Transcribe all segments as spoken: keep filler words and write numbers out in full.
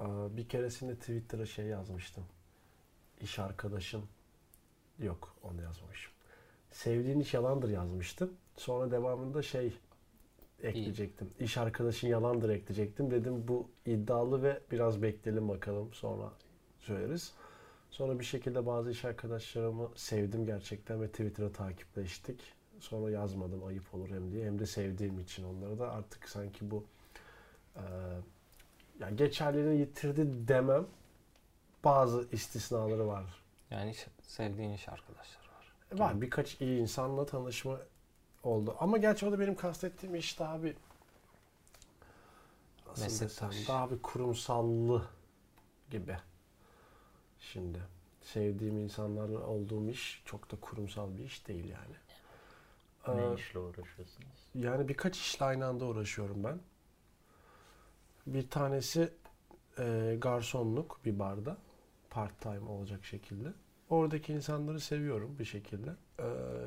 Aa, bir keresinde Twitter'a şey yazmıştım. İş arkadaşın yok, onu yazmamışım. Sevdiğin iş yalandır yazmıştım. Sonra devamında şey İyi. ekleyecektim. İş arkadaşın yalandır ekleyecektim. Dedim bu iddialı ve biraz bekleyelim bakalım, sonra söyleriz. Sonra bir şekilde bazı iş arkadaşlarımı sevdim gerçekten ve Twitter'a takipleştik. Sonra yazmadım, ayıp olur hem diye, hem de sevdiğim için onları da artık sanki bu e, yani geçerliliğini yitirdi demem. Bazı istisnaları var. Yani iş- sevdiğin iş arkadaşları var. Var, birkaç iyi insanla tanışma oldu. Ama gerçi o da benim kastettiğim iş daha bir nasıl desem, Meslektaş. daha bir kurumsallı gibi. Şimdi sevdiğim insanlarla olduğum iş çok da kurumsal bir iş değil yani. Ne Ee, işle uğraşıyorsunuz? Yani birkaç işle aynı anda uğraşıyorum ben. Bir tanesi e, garsonluk bir barda. Part time olacak şekilde. Oradaki insanları seviyorum bir şekilde. Ee,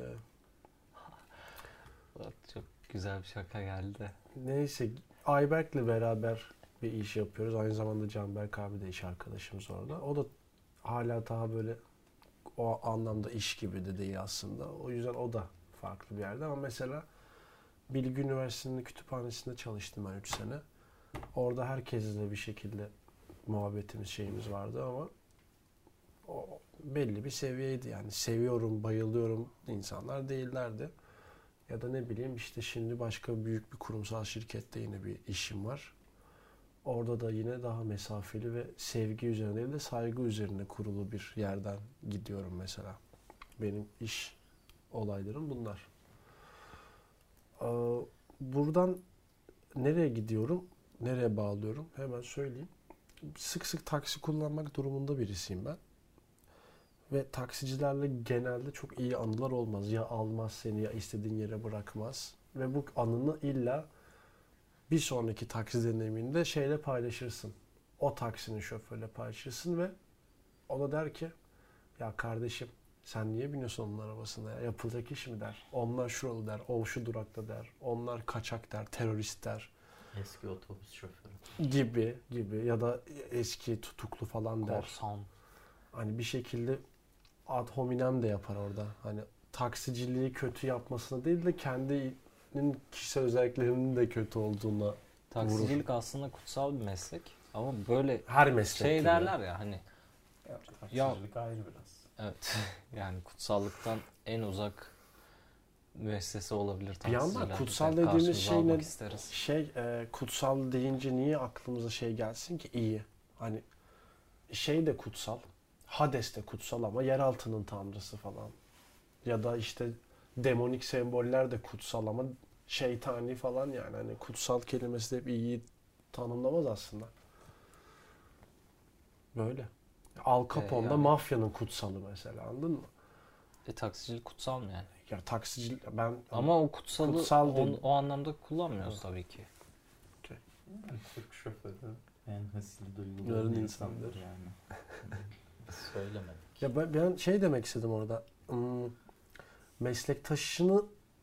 Bak, çok güzel bir şaka geldi de. neyse, Ayberk'le beraber bir iş yapıyoruz. Aynı zamanda Canberk abi de iş arkadaşımız orada. O da hala daha böyle o anlamda iş gibi de değil aslında. O yüzden o da farklı bir yerde. Ama mesela Bilgi Üniversitesi'nin kütüphanesinde çalıştım ben üç sene. Orada herkesle bir şekilde muhabbetimiz, şeyimiz vardı ama o belli bir seviyeydi yani. Seviyorum, bayılıyorum insanlar değillerdi. Ya da ne bileyim işte şimdi başka büyük bir kurumsal şirkette yine bir işim var. Orada da yine daha mesafeli ve sevgi üzerine değil de saygı üzerine kurulu bir yerden gidiyorum mesela. Benim iş olaylarım bunlar. Ee, Buradan nereye gidiyorum, nereye bağlıyorum hemen söyleyeyim. Sık sık taksi kullanmak durumunda birisiyim ben. Ve taksicilerle genelde çok iyi anılar olmaz. Ya almaz seni ya istediğin yere bırakmaz. Ve bu anını illa bir sonraki taksi deneyiminde şeyle paylaşırsın. O taksinin şoförüyle paylaşırsın ve o da der ki ya kardeşim sen niye biniyorsun onun arabasına ya? Yapılacak iş mi der. Onlar şuralı der. O şu durakta der. Onlar kaçak der. Terörist der. Eski otobüs şoförü. Gibi gibi ya da eski tutuklu falan der. Korsan. Hani bir şekilde ad hominem de yapar orada. Hani taksiciliği kötü yapmasına değil de kendinin kişisel özelliklerinin de kötü olduğuna Taksicilik aslında kutsal bir meslek. Ama böyle her meslek şey gibi. derler ya hani Ya, taksicilik ayrı biraz. evet yani kutsallıktan en uzak müessese olabilir Bir yandan taksiciler. kutsal Biz dediğimiz karşımıza şey ne? almak isteriz. Şey e, kutsal deyince niye aklımıza şey gelsin ki iyi. Hani şey de kutsal. Hades de kutsal ama yeraltının tanrısı falan. Ya da işte demonik semboller de kutsal ama şeytani falan yani. Hani kutsal kelimesi de hep iyiyi tanımlamaz aslında. Böyle. Al Capone'da yani- mafyanın kutsalı mesela, anladın mı? E, taksicilik kutsal mı yani? Ya taksici ben Ama o kutsalı Kutsal on- değil. o anlamda kullanmıyoruz tabii ki. Yani Türk şoförü en hızlı Yarın duyguların insandır. insandır yani. Biz söylemedik. ya ben, ben şey demek istedim orada. Hmm, meslektaşını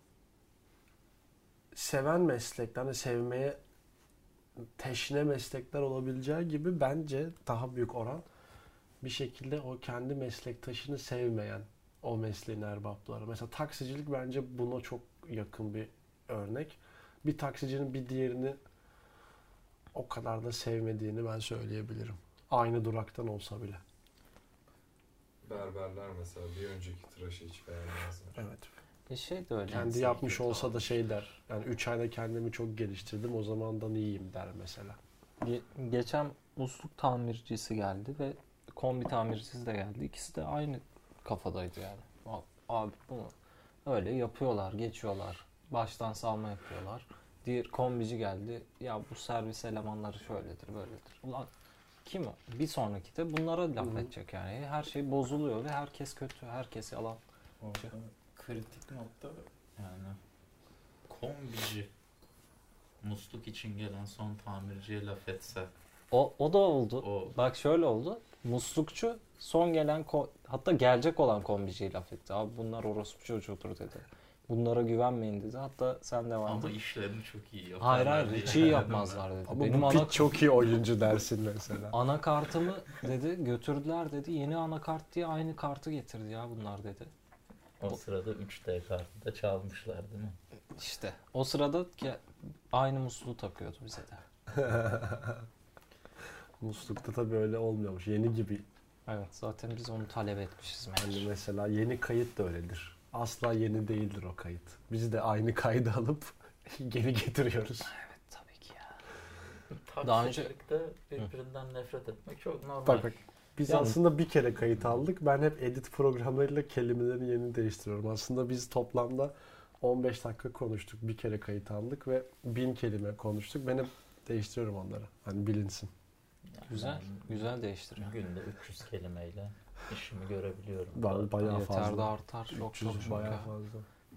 seven meslekler, hani sevmeye teşne meslekler olabileceği gibi bence daha büyük oran bir şekilde o kendi meslektaşını sevmeyen o mesleğin erbapları. Mesela taksicilik bence buna çok yakın bir örnek. Bir taksicinin bir diğerini o kadar da sevmediğini ben söyleyebilirim. Aynı duraktan olsa bile. Berberler mesela bir önceki tıraşı hiç beğenmezler. Evet. E şey de öyle. Kendi Kendisi yapmış kötü olsa da almış. şey der. Yani üç ayda kendimi çok geliştirdim, o zamandan iyiyim der mesela. Ge- geçen musluk tamircisi geldi ve kombi tamircisi de geldi. İkisi de aynı kafadaydı yani. A- Abi bunu öyle yapıyorlar, geçiyorlar. Baştan savma yapıyorlar. Diğer kombici geldi. Ya bu servis elemanları şöyledir, böyledir. Ulan kim o? Bir sonraki de bunlara laf Hı hı. edecek yani. Her şey bozuluyor ve herkes kötü, herkes yalan. Orada kritik nokta yani kombici musluk için gelen son tamirciye laf etse O, o da oldu. o Bak şöyle oldu. Muslukçu son gelen ko- hatta gelecek olan kombiciyi laf etti. Abi bunlar orospu çocuğudur dedi. Bunlara güvenmeyin dedi. Hatta sen devam Ama et. işlerini çok iyi yaparlar. Hayır hayır diye hiç iyi dedim yapmazlar dedi. Ama Benim bu ana, Pitt çok iyi oyuncu dersin mesela. anakartımı dedi götürdüler dedi. Yeni anakart diye aynı kartı getirdi ya bunlar dedi. ben. O sırada üç D kartı da çalmışlar değil mi? İşte o sırada ki aynı musluğu takıyordu bize de. Muslukta tabii öyle olmuyormuş. Yeni gibi. Evet zaten biz onu talep etmişiz Hani meğer. mesela yeni kayıt da öyledir. Asla yeni değildir o kayıt. Biz de aynı kaydı alıp geri getiriyoruz. Evet tabii ki ya. Daha önce- Taksicilikte birbirinden nefret etmek çok normal. Bak bak. Biz Yalnız- aslında bir kere kayıt aldık. Ben hep edit programlarıyla kelimelerin yerini değiştiriyorum. Aslında biz toplamda on beş dakika konuştuk. Bir kere kayıt aldık ve bin kelime konuştuk. Ben hep değiştiriyorum onları. Hani bilinsin. Yani Güzel, ben güzel değiştiriyor. Günde üç yüz kelimeyle işimi görebiliyorum. Ben bayağı Yeter fazla. de artar. Çok üç yüz çok çok bayağı ya. fazla.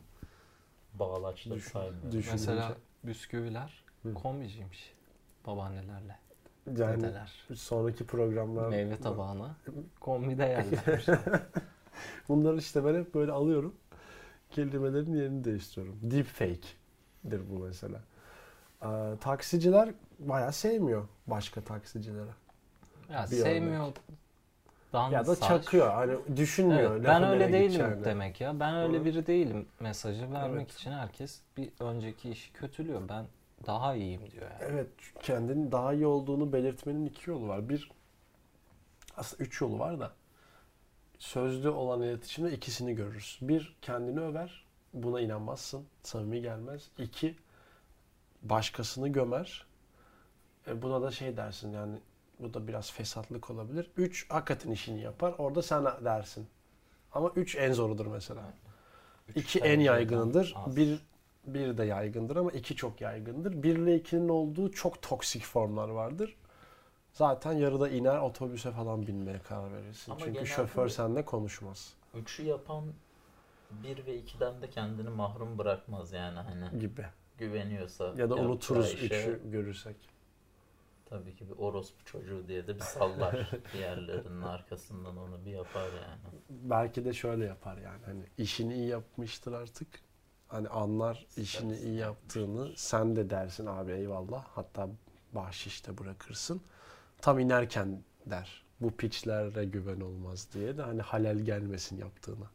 Bağlaçta Düşün- saymıyorum. düşün- Mesela bisküviler Hı. kombiciymiş. Babaannelerle. Yani Dedeler. sonraki programlar... Meyve tabağına kombide yerler. Bunları işte ben hep böyle alıyorum. Kelimelerin yerini değiştiriyorum. Deepfake'dir bu mesela. Ee, taksiciler bayağı sevmiyor başka taksicilere. Ya Bir sevmiyor. Ya da çakıyor. Hani düşünmüyor. Evet, lafın ben öyle nereye değilim gideceğini. demek ya. Ben öyle Hı. biri değilim mesajı vermek Evet. için herkes bir önceki işi kötülüyor. Ben daha iyiyim diyor yani. Evet. Kendinin daha iyi olduğunu belirtmenin iki yolu var. Bir, aslında üç yolu var da sözlü olan iletişimde ikisini görürüz. Bir, kendini över. Buna inanmazsın. Samimi gelmez. İki, başkasını gömer. E, buna da şey dersin yani bu da biraz fesatlık olabilir. Üç, hakikaten işini yapar. Orada sen dersin. Ama üç en zorudur mesela. Üç İki en tercihden yaygındır. az. Bir bir de yaygındır ama iki çok yaygındır. Bir ile ikinin olduğu çok toksik formlar vardır. Zaten yarıda iner otobüse falan binmeye karar verirsin. Ama Çünkü genelde- şoför seninle konuşmaz Üçü yapan bir ve ikiden de kendini mahrum bırakmaz yani hani gibi. güveniyorsa. Ya da yapacağı unuturuz işe üçü görürsek. Tabii ki bir orospu çocuğu diye de bir sallar diğerlerinin arkasından onu bir yapar yani. Belki de şöyle yapar yani hani işini iyi yapmıştır artık. Hani anlar işini iyi yaptığını sen de dersin abi eyvallah. Hatta bahşiş de bırakırsın. Tam inerken der. Bu piçlere güven olmaz diye de hani halel gelmesin yaptığına.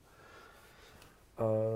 Ee,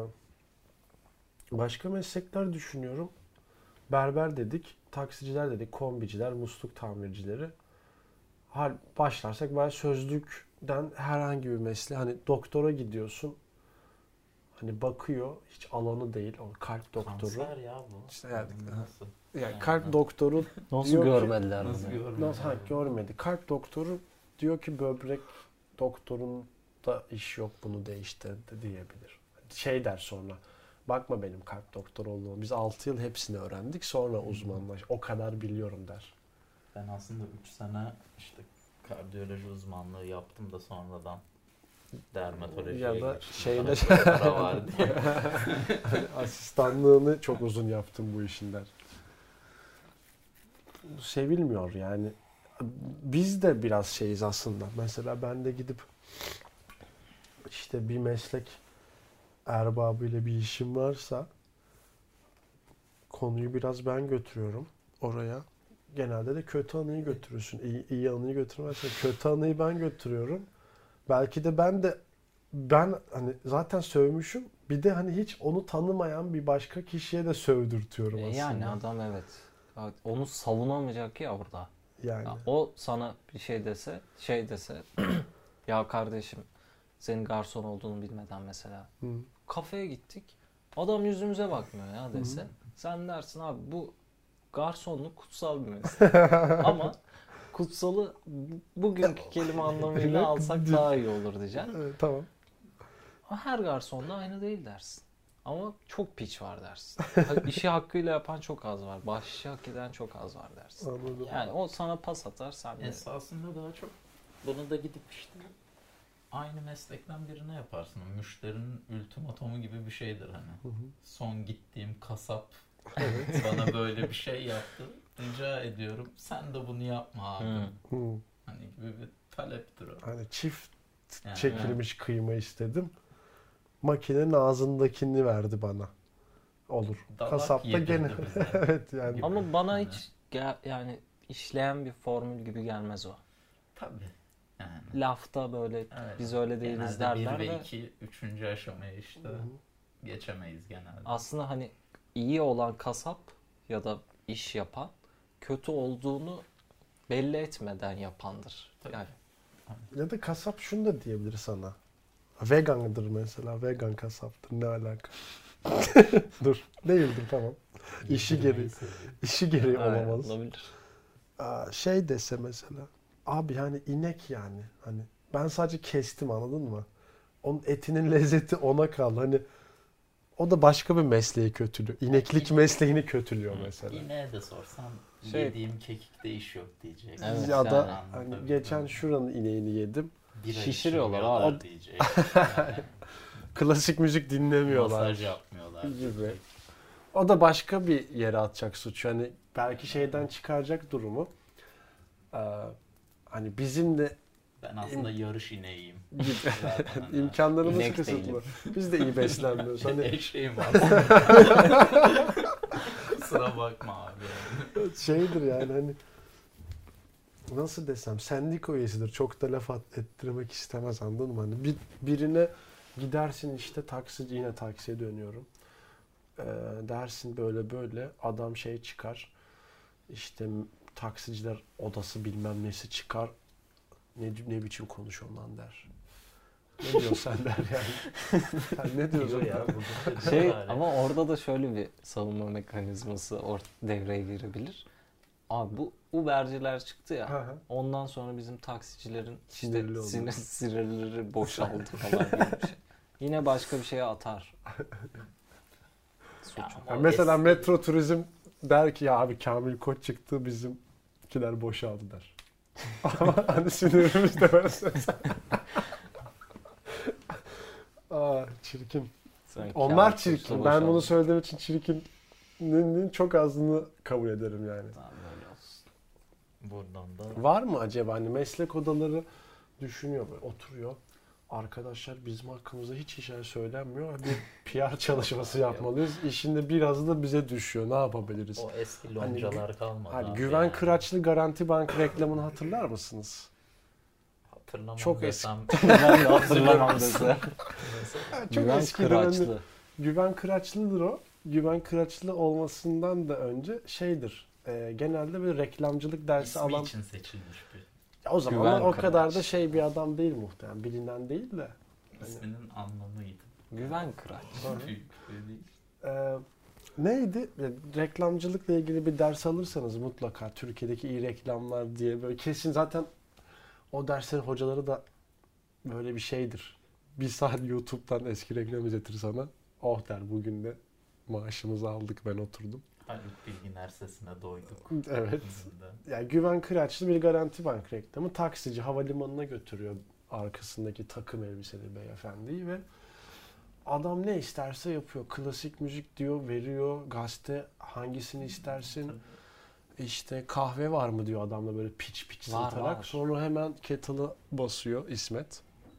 başka meslekler düşünüyorum. Berber dedik, taksiciler dedik, kombiciler, musluk tamircileri. Hal başlarsak ben sözlükten herhangi bir mesleğe hani doktora gidiyorsun. Hani bakıyor hiç alanı değil o kalp doktoru. Kanser ya bu. İşte yani- Nasıl? Yani kalp doktoru Nasıl diyor ki- görmediler Nasıl bunu? görmüyor? nasıl ha, görmedi. Kalp doktoru diyor ki böbrek doktorun da iş yok bunu değiştirdi diyebilir. Şey der sonra. Bakma benim kalp doktoru olduğumu. Biz altı yıl hepsini öğrendik. Sonra uzmanlaş. O kadar biliyorum der. Ben aslında üç sene işte kardiyoloji uzmanlığı yaptım da sonradan dermatolojiye Ya da geçtim. şeyde- Bana çok para var diye. Hani asistanlığını çok uzun yaptım bu işin der. Sevilmiyor yani. Biz de biraz şeyiz aslında. Mesela ben de gidip işte bir meslek erbabıyla bir işim varsa konuyu biraz ben götürüyorum oraya. Genelde de kötü anıyı götürürsün. İyi, iyi anıyı götürmezsen kötü anıyı ben götürüyorum. Belki de ben de ben hani zaten sövmüşüm. Bir de hani hiç onu tanımayan bir başka kişiye de sövdürtüyorum E aslında. yani adam evet. Evet, onu savunamayacak ya orada. Yani. Ya o sana bir şey dese, şey dese ya kardeşim senin garson olduğunu bilmeden mesela Hı. kafeye gittik. Adam yüzümüze bakmıyor ya dese. Sen dersin abi bu garsonluk kutsal bir meslek. Ama kutsalı bu- bugünkü kelime anlamıyla alsak daha iyi olur diyeceksin. Evet, tamam. Ama her garson da aynı değil dersin. Ama çok piç var dersin. İşi hakkıyla yapan çok az var. Bahşişi hak eden çok az var dersin. Anladım. Yani o sana pas atar sen de. Esasında daha çok bunu da gidip işte aynı meslekten birine yaparsın. Müşterinin ultimatomu gibi bir şeydir hani. Hı hı. Son gittiğim kasap bana böyle bir şey yaptı. Rica ediyorum sen de bunu yapma abi. Hı. Hı. Hani gibi bir taleptir o. Hani çift Yani, çekilmiş kıyma istedim. makinenin ağzındakini verdi bana. Olur. Dalak Kasapta yedirdi gene. bize. Evet yani. Gibi. Ama bana Yani. hiç gel- yani işleyen bir formül gibi gelmez o. Tabii. Yani. Lafta böyle Evet. biz öyle değiliz Genelde derler bir ve ve iki, üçüncü aşamaya işte geçemeyiz genelde. aslında hani iyi olan kasap ya da iş yapan kötü olduğunu belli etmeden yapandır. Tabii. Yani Ya da kasap şunu da diyebilir sana. Vegandır mesela. Vegan kasaptır. Ne alaka? Dur. Değildir tamam. İşi gereği. İşi gereği evet, olamaz. olabilir. Aa, şey dese mesela. Abi yani inek yani. Hani ben sadece kestim anladın mı? Onun etinin lezzeti ona kaldı. Hani o da başka bir mesleği kötülüyor. İneklik mesleğini kötülüyor mesela. İneğe de sorsan Şey- yediğim kekikte iş yok diyecek. Evet, Ya da yani hani anlatabiliyor geçen muyum? şuranın ineğini yedim. Bira şişiriyorlar içirmiyorlar abi. diyecek. Yani Klasik müzik dinlemiyorlar masaj yapmıyorlar. gibi. diyecek. O da başka bir yere atacak suçu. Hani belki şeyden çıkaracak durumu. Ee, hani bizim de Ben aslında yarış ineğiyim. gibi Zaten hani imkanlarımız İnek kısıtlı. değilim. Biz de iyi beslenmiyoruz. Hani eşeğim aslında. Kusura bakma abi. şeydir yani hani nasıl desem sendika üyesidir. Çok da laf at- ettirmek istemez anladın mı? Hani bir, birine gidersin işte taksici yine taksiye dönüyorum. Ee, dersin böyle böyle adam şey çıkar. İşte taksiciler odası bilmem nesi çıkar. Ne, ne biçim konuşuyorsun lan der. Ne diyorsun sen der yani. Sen ne diyorsun Diyor ya? ya burada. Şey Yani. ama orada da şöyle bir savunma mekanizması or- devreye girebilir. Abi bu Uber'ciler çıktı ya. Hı hı. Ondan sonra bizim taksicilerin işte Sinirli oldu. sinir, sinirleri boşaldı falan gibi bir şey. Yine başka bir şeye atar. Suçu. Ya Ya o mesela eski- metro turizm der ki ya abi Kamil Koç çıktı bizimkiler boşaldı der. Ama hani sinirimiz de verse. Aa çirkin. Sen Onlar Kamil Koç'la çirkin. Ben boşaldın. bunu söylediğim için çirkinin çok azını kabul ederim yani. Tamam, öyle olsun. Buradan da Var mı acaba hani meslek odaları düşünüyor böyle oturuyor. Arkadaşlar bizim hakkımızda hiç şey söylenmiyor. Bir P R çalışması yapmalıyız. İşinde biraz da bize düşüyor. Ne yapabiliriz? o eski Hani loncalar kalmadı. Hani abi Güven yani. Kıraçlı Garanti Bank reklamını hatırlar mısınız? Hatırlamam Çok desem. Ben de hatırlamam desem. Çok Güven eskiden Kıraçlı. hani Güven Kıraçlı'dır o. Güven Kıraçlı olmasından da önce şeydir. e, genelde bir reklamcılık dersi İsmi alan. için seçilmiş bir. Ya o zamanlar Güven o kadar da Kıraç. şey bir adam değil muhtemelen. Bilinen değil de. Hani- İsminin anlamıydı. Güven Kıraç. Büyük bir değil. Ee, neydi? Ya, reklamcılıkla ilgili bir ders alırsanız mutlaka Türkiye'deki iyi reklamlar diye böyle kesin zaten o derslerin hocaları da böyle bir şeydir. Bir saat YouTube'dan eski reklam izletir sana. Oh der bugün de maaşımızı aldık ben oturdum. Haluk Bilginer sesine doyduk. Evet. Bizde. Yani Güven Kıraçlı bir Garanti Bank reklamı. Taksici havalimanına götürüyor arkasındaki takım elbiseli beyefendiyi ve adam ne isterse yapıyor. Klasik müzik diyor, veriyor. Gazete hangisini istersin? İşte kahve var mı diyor adamla böyle piç piç Var, sırıtarak. var. Sonra hemen kettle'ı basıyor İsmet.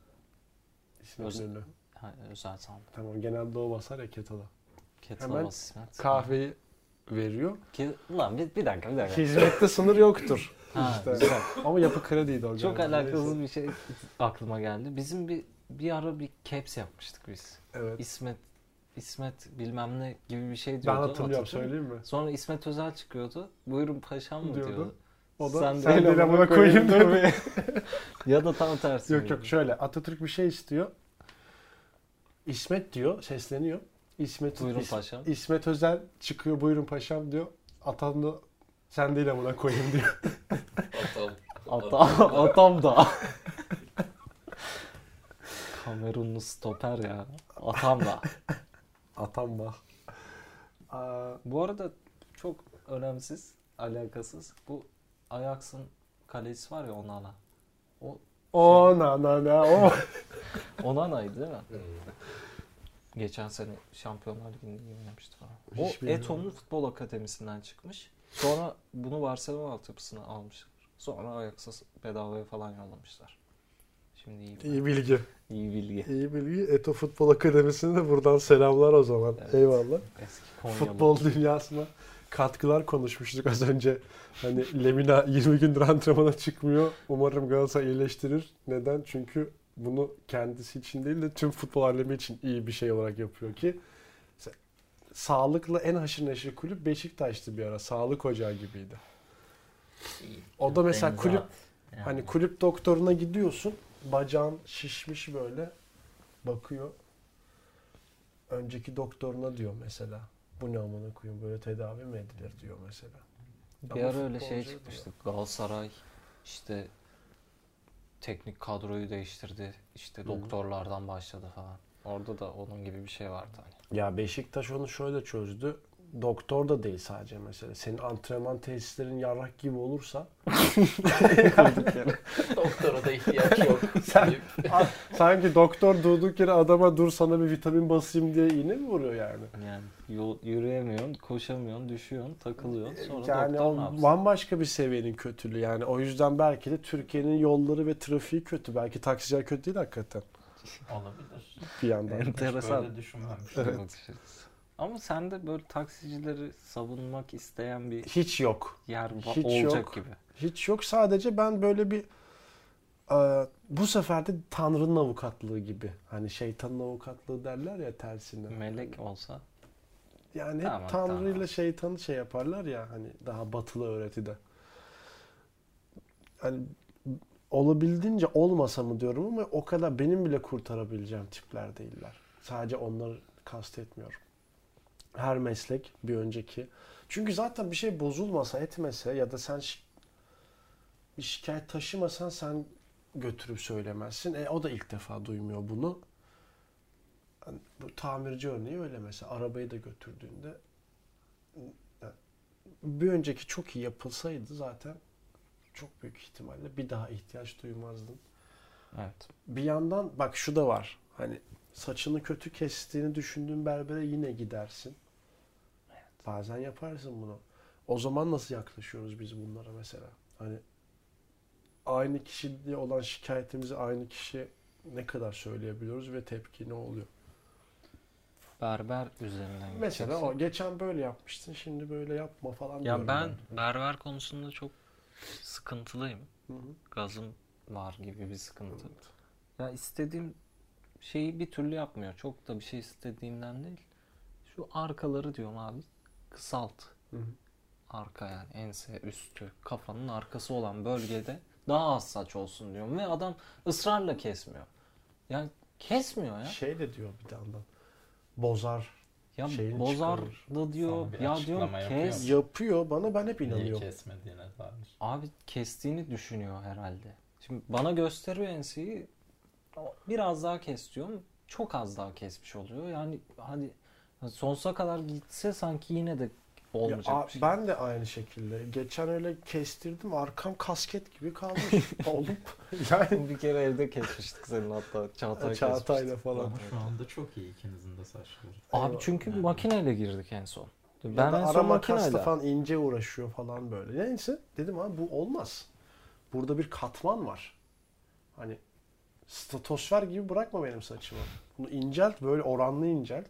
İsmet Öz- ünlü. Ha, özel sandım. Tamam genelde o basar ya kettle'a. Kettle'a Hemen bas İsmet. Kahveyi veriyor. Ki, ulan bir, bir dakika bir dakika. Hizmette sınır yoktur. Ha, İşte. güzel. Ama yapı krediydi o Çok galiba. alakasız Neyse. bir şey aklıma geldi. Bizim bir bir ara bir caps yapmıştık biz. Evet. İsmet İsmet bilmem ne gibi bir şey Ben diyordu. hatırlıyorum hatırlıyor musun? söyleyeyim mi? Sonra İsmet Özel çıkıyordu. Buyurun paşam mı Diyordu. diyordu. O da Sen sen, değil değil amına amına koyayım koyayım diyor. Ya da tam tersi. Yok miydi? yok şöyle Atatürk bir şey istiyor. İsmet diyor sesleniyor. İsmet, Buyurun İs- paşam. İsmet Özel çıkıyor buyurun paşam diyor. Atan da sen değil amına koyayım diyor. Atam. Atam, atam da. Kamerunlu stoper ya. Atam da. Atan bak. Aa, Bu arada çok önemsiz, alakasız. Bu Ajax'ın kalecisi var ya Onana. O o na na na o. Onana'ydı değil mi? Hmm. Geçen sene Şampiyonlar Ligi'nde iyi oynamıştı falan. Hiç O bilmiyorum. Eto'nun futbol akademisinden çıkmış. Sonra bunu Barcelona altyapısına almışlar. Sonra Ajax'a bedavaya falan yollamışlar. Şimdi iyi. İyi bilgi. İyi bilgi. İyi bilgi. Eto Futbol Akademisi'ne de buradan selamlar o zaman. Evet. Eyvallah. Eski Konyalı. Futbol dünyasına katkılar konuşmuştuk az önce. Hani Lemina yirmi gündür antrenmana çıkmıyor. Umarım Galatasaray iyileştirir. Neden? Çünkü bunu kendisi için değil de tüm futbol alemi için iyi bir şey olarak yapıyor ki sağlıkla en haşır neşir kulüp Beşiktaş'tı bir ara. Sağlık ocağı gibiydi. O da mesela Denize kulüp at. Yani. hani kulüp doktoruna gidiyorsun. Bacağın şişmiş böyle. Bakıyor. Önceki doktoruna diyor mesela. Bu ne amına koyayım, böyle tedavi mi edilir diyor mesela. Bir Ama ara öyle şey futbolcu çıkmıştı. Galatasaray işte teknik kadroyu değiştirdi. İşte Hı hı. doktorlardan başladı falan. Orada da onun gibi bir şey vardı hani. Ya Beşiktaş onu şöyle çözdü. Doktor da değil sadece mesela. Senin antrenman tesislerin yarrak gibi olursa Doktora da ihtiyaç yok. Sen- sanki doktor durduk yere adama dur sana bir vitamin basayım diye iğne mi vuruyor yani? Yani yol, yürüyemiyorsun, koşamıyorsun, düşüyorsun, takılıyorsun. Sonra Yani doktor o ne yapsın? bambaşka bir seviyenin kötülüğü yani. O yüzden belki de Türkiye'nin yolları ve trafiği kötü. Belki taksiciler kötü değil hakikaten Olabilir. bir yandan. Evet. Enteresan. Hiç böyle düşünmemiştim. Evet. Bakış açısı. Ama sende böyle taksicileri savunmak isteyen bir Hiç yok. yer va- Hiç olacak yok. gibi. Hiç yok. Sadece ben böyle bir e, bu sefer de Tanrı'nın avukatlığı gibi. Hani şeytanın avukatlığı derler ya tersine. Melek olsa Yani hep Tamam, Tanrı ile tamam. şeytanı şey yaparlar ya hani daha batılı öğretide. Hani olabildiğince olmasa mı diyorum ama o kadar benim bile kurtarabileceğim tipler değiller. Sadece onları kastetmiyorum. Her meslek bir önceki. Çünkü zaten bir şey bozulmasa etmese ya da sen şi- bir şikayet taşımasan sen götürüp söylemezsin. E o da ilk defa duymuyor bunu. Hani bu tamirci örneği öyle mesela. Arabayı da götürdüğünde yani bir önceki çok iyi yapılsaydı zaten çok büyük ihtimalle bir daha ihtiyaç duymazdın. evet. Bir yandan bak şu da var. Hani saçını kötü kestiğini düşündüğün berbere yine gidersin. Bazen yaparsın bunu. O zaman nasıl yaklaşıyoruz biz bunlara mesela? Hani aynı kişiyle olan şikayetimizi aynı kişiye ne kadar söyleyebiliyoruz ve tepki ne oluyor? Berber üzerinden Mesela gideceksin. o geçen böyle yapmıştın, şimdi böyle yapma falan Ya diyorum ben berber konusunda çok sıkıntılıyım. Hı hı. Gazım var gibi bir sıkıntı. Ya istediğim şeyi bir türlü yapmıyor. Çok da bir şey istediğimden değil. Şu arkaları diyorum abi kısalt. Hı hı. Arka yani ense üstü kafanın arkası olan bölgede daha az saç olsun diyorum. Ve adam ısrarla kesmiyor. Yani kesmiyor ya. Şey de diyor bir yandan. Bozar. Ya şeyini bozar çıkarır. da diyor. Sana bir Ya açıklama diyorum yapıyor kes. mu? Yapıyor bana, ben hep Niye inanıyorum. kesmediğine dair. Abi kestiğini düşünüyor herhalde. Şimdi bana gösteriyor enseyi. Biraz daha kes diyorum. Çok az daha kesmiş oluyor. Yani hadi sonsuza kadar gitse sanki yine de Ya, olmayacak a- bir şey. ben de aynı şekilde. Geçen öyle kestirdim. Arkam kasket gibi kalmış. Oğlum. Yani Bir kere evde kesmiştik senin hatta. Çağatay Çağatay'la kesmiştik. falan. Ama şu anda çok iyi ikinizin de saçları. Abi Eyvah. çünkü Yani. makineyle girdik en son. Ya Ben da en ara son makasla makineyle. falan ince uğraşıyor falan böyle. Neyse dedim abi bu olmaz. Burada bir katman var. Hani stratosfer gibi bırakma benim saçımı. Bunu incelt, böyle oranlı incelt.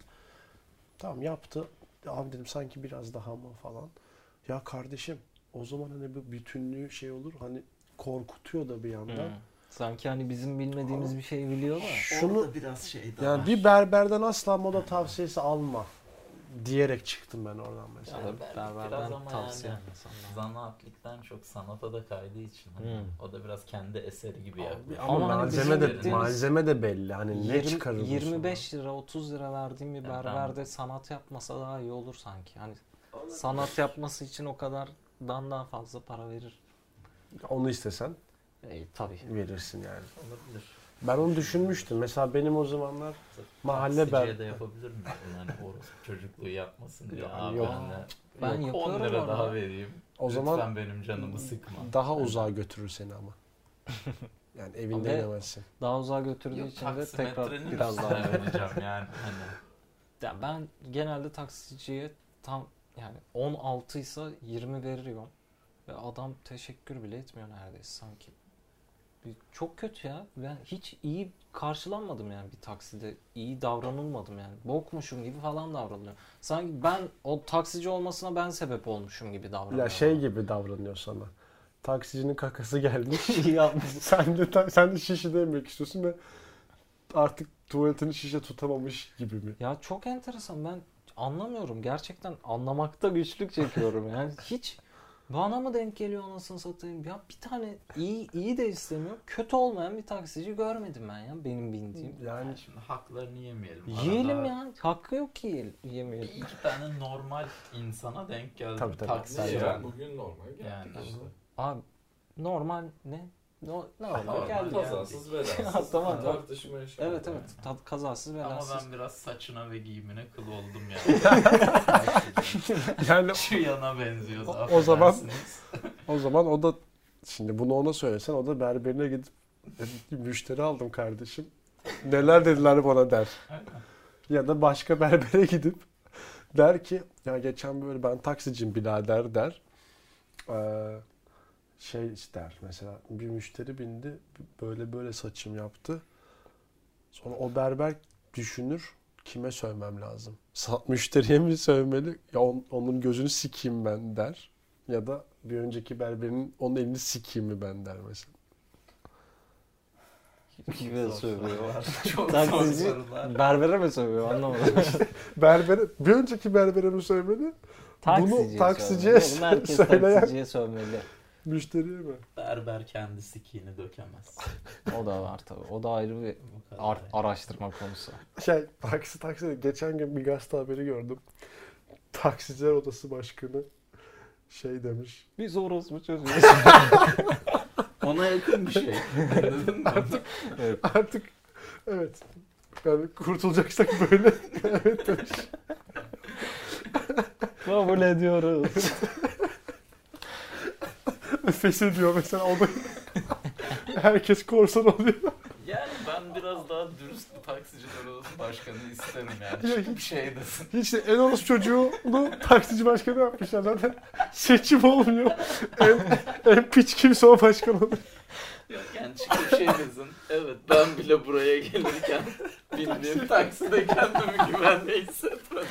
Tamam yaptı. Abi dedim sanki biraz daha mı falan. Ya kardeşim o zaman hani bu bütünlüğü şey olur, hani korkutuyor da bir yandan. Hı. Sanki hani bizim bilmediğimiz bir şey biliyor da. Şunu biraz şey daha yani bir berberden asla moda tavsiyesi alma diyerek çıktım ben oradan mesela. Ya da Berberlik berberden biraz ama tavsiye yani insanlar. zanaatlikten çok sanata da kaydığı için hani Hmm. o da biraz kendi eseri gibi Abi, yaklaşıyor. ama, Ama hani malzeme bizim de gittiğimiz- malzeme de belli. Hani ne Yirmi- çıkarır bu yirmi sonra? beş lira otuz lira verdiğim bir Ya ben- berberde sanat yapmasa daha iyi olur sanki. Hani sanat yapması için o kadardan daha fazla para verir. Onu istesen E, tabii. verirsin yani. Olabilir. Ben onu düşünmüştüm. Mesela benim o zamanlar Mahalle Taksiciye ber- de yapabilir mi? Yani orospu çocukluğu yapmasın diye. Ya Abi yok. ben de Ben yok, on yapıyorum lira orada. daha vereyim. o Lütfen zaman benim canımı sıkma. daha uzağa götürür seni ama. Yani evinde Ve- inemezsin. Daha uzağa götürdüğü Yok, için de tekrar taksimetrenin biraz daha üstüne vereceğim yani. Hani Ya ben genelde taksiciye tam yani on altı ise yirmi veriyorum. Ve adam teşekkür bile etmiyor neredeyse sanki. çok kötü ya. Ben hiç iyi karşılanmadım yani bir takside. İyi davranılmadım yani. Bokmuşum gibi falan davranılıyor. Sanki ben o taksici olmasına ben sebep olmuşum gibi davranıyorum. Ya şey gibi davranıyor sana. Taksicinin kakası gelmiş. İyi yapmış. sen de ta- sen de şişede yemek istiyorsun ve artık tuvaletini şişe tutamamış gibi mi? Ya çok enteresan. Ben anlamıyorum. Gerçekten anlamakta güçlük çekiyorum yani. Hiç bana mı denk geliyor anasını satayım? Ya bir tane iyi iyi de istemiyor. Kötü olmayan bir taksici görmedim ben ya benim bildiğim. Yani Yani şimdi haklarını yemeyelim. Yiyelim Arada ya. Hakkı yok ki Bir yemeyelim. iki tane normal insana denk geldi. Tabii, tabii. Taksici Bence Yani yani. bugün normal geldik Yani. işte. Abi normal ne? No, normal Normal geldi. kazan. Kazasız Ha, belasız. tamam, tamam. Tartışma yaşamak. Evet evet. Tad, kazasız Ama belasız. ben biraz saçına ve giyimine kıl oldum yani. yani Şu yana benziyordu. O- o zaman- affedersiniz. o zaman o da şimdi bunu ona söylesen o da berberine gidip müşteri aldım kardeşim. Neler dediler bana der. Aynen. Ya da başka berbere gidip der ki ya geçen böyle ben taksiciyim birader der. Ee, şey ister mesela bir müşteri bindi böyle böyle saçım yaptı. Sonra o berber düşünür kime sövmem lazım. Sa- Müşteriye mi sövmeli ya on- onun gözünü sikeyim ben der. Ya da bir önceki berberin onun elini sikeyim mi ben der mesela. Kime sövüyor? Çok zor Taksici sorular. berbere mi sövüyor anlamadım. Berbere, bir önceki berbere mi sövmeli? Bunu taksiciye sövmeli. Bunu herkes söyleyen- taksiciye sövmeli. Müşteriye mi? Berber kendi sikini dökemez. O da var tabii. O da ayrı bir Bu kadar. ar- araştırma konusu. Şey, taksi taksi. Geçen gün bir gazete haberi gördüm. Taksiciler Odası Başkanı şey demiş. Biz orospu çocuğu. Ona yakın bir şey. Anladın mı? Evet. Artık evet. Yani kurtulacaksak böyle evet demiş. Kabul ediyoruz. Feshediyor mesela o da herkes korsan oluyor. Yani ben biraz daha dürüst bir taksiciler odası başkanı isterim yani. Ya Hiçbir şey desin. Hiç de en orospu çocuğunu taksici başkanı yapmışlar zaten. Seçim olmuyor. En, en piç kimse o başkan olur. Yok yani çıkıp şey desin. Evet ben bile buraya gelirken bindiğim takside kendimi güvenli hissetmedim.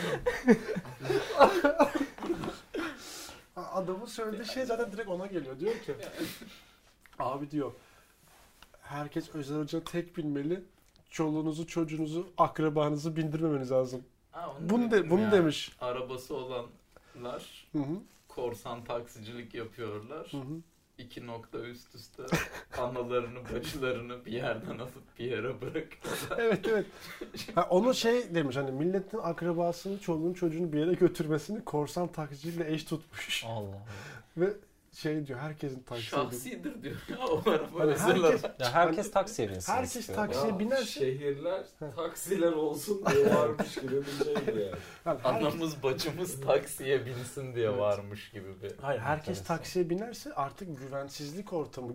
Adamın söylediği şey zaten direkt ona geliyor. Diyor ki abi diyor herkes özel araca tek binmeli. Çoluğunuzu, çocuğunuzu, akrabanızı bindirmemeniz lazım. Ha, onu Bunu dedim de bunu ya. demiş. Arabası olanlar Hı hı. korsan taksicilik yapıyorlar. Hı hı. İki nokta üst üste analarını bacılarını bir yerden alıp bir yere bırakıyorlar. Evet evet. Ha, onu şey demiş hani milletin akrabasını, çoluğunu, çocuğunu bir yere götürmesini korsan taksiciyle eş tutmuş. Allah Allah. Ve şey diyor herkesin taksiye bin- Şahsidir diyor ya o araba Hani özel herkes- araba. Ya herkes taksiye binsin Herkes istiyor. taksiye Ya, binerse- şehirler taksiler olsun diye varmış gibi bir şeydi yani. Yani her- Anamız bacımız taksiye binsin diye Evet. varmış gibi bir. Hayır herkes Enteresan. taksiye binerse artık güvensizlik ortamı